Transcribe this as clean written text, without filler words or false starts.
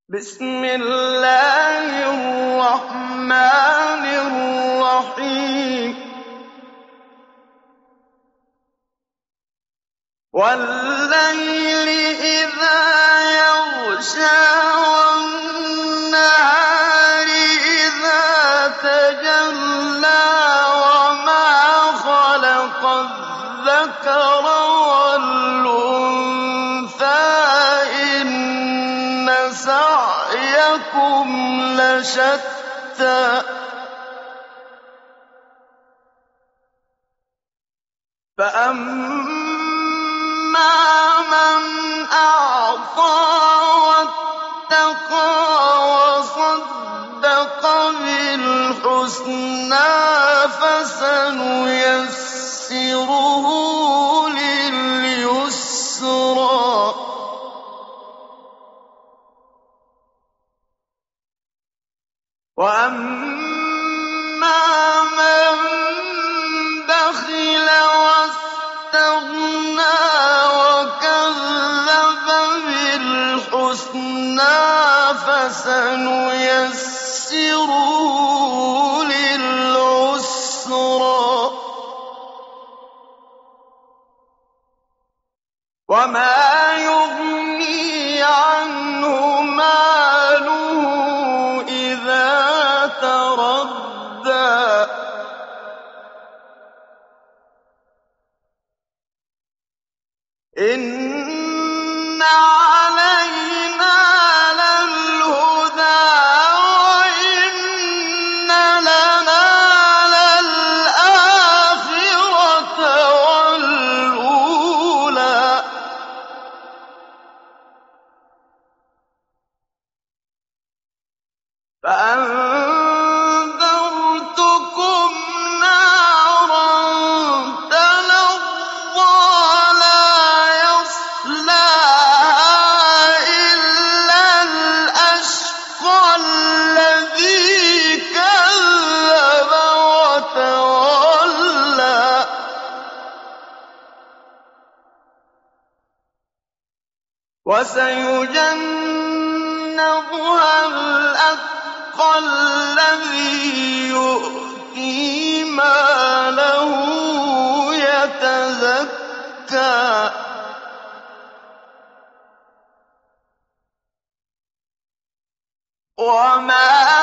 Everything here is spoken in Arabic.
بسم الله الرحمن الرحيم والليل إذا يغشى والنهار إذا تجلى وما خلق الذكر والأنثى إن سعيكم لشتى فأما من أعطى واتقى وصدق بالحسنى فسنيسره لليسرى وأما من بخل واستغنى وكذب بالحسنى فسنيسره للعسرى وما يغني عنه ماله إذا تردى إن علينا للهدى وإن لنا للآخرة والأولى فأنذرتكم نارا تلظى لا يصلاها إلا الأشقى الذي كذب وتولى وسيجنبها الأتقى الذي يؤتي ماله يتزكى وما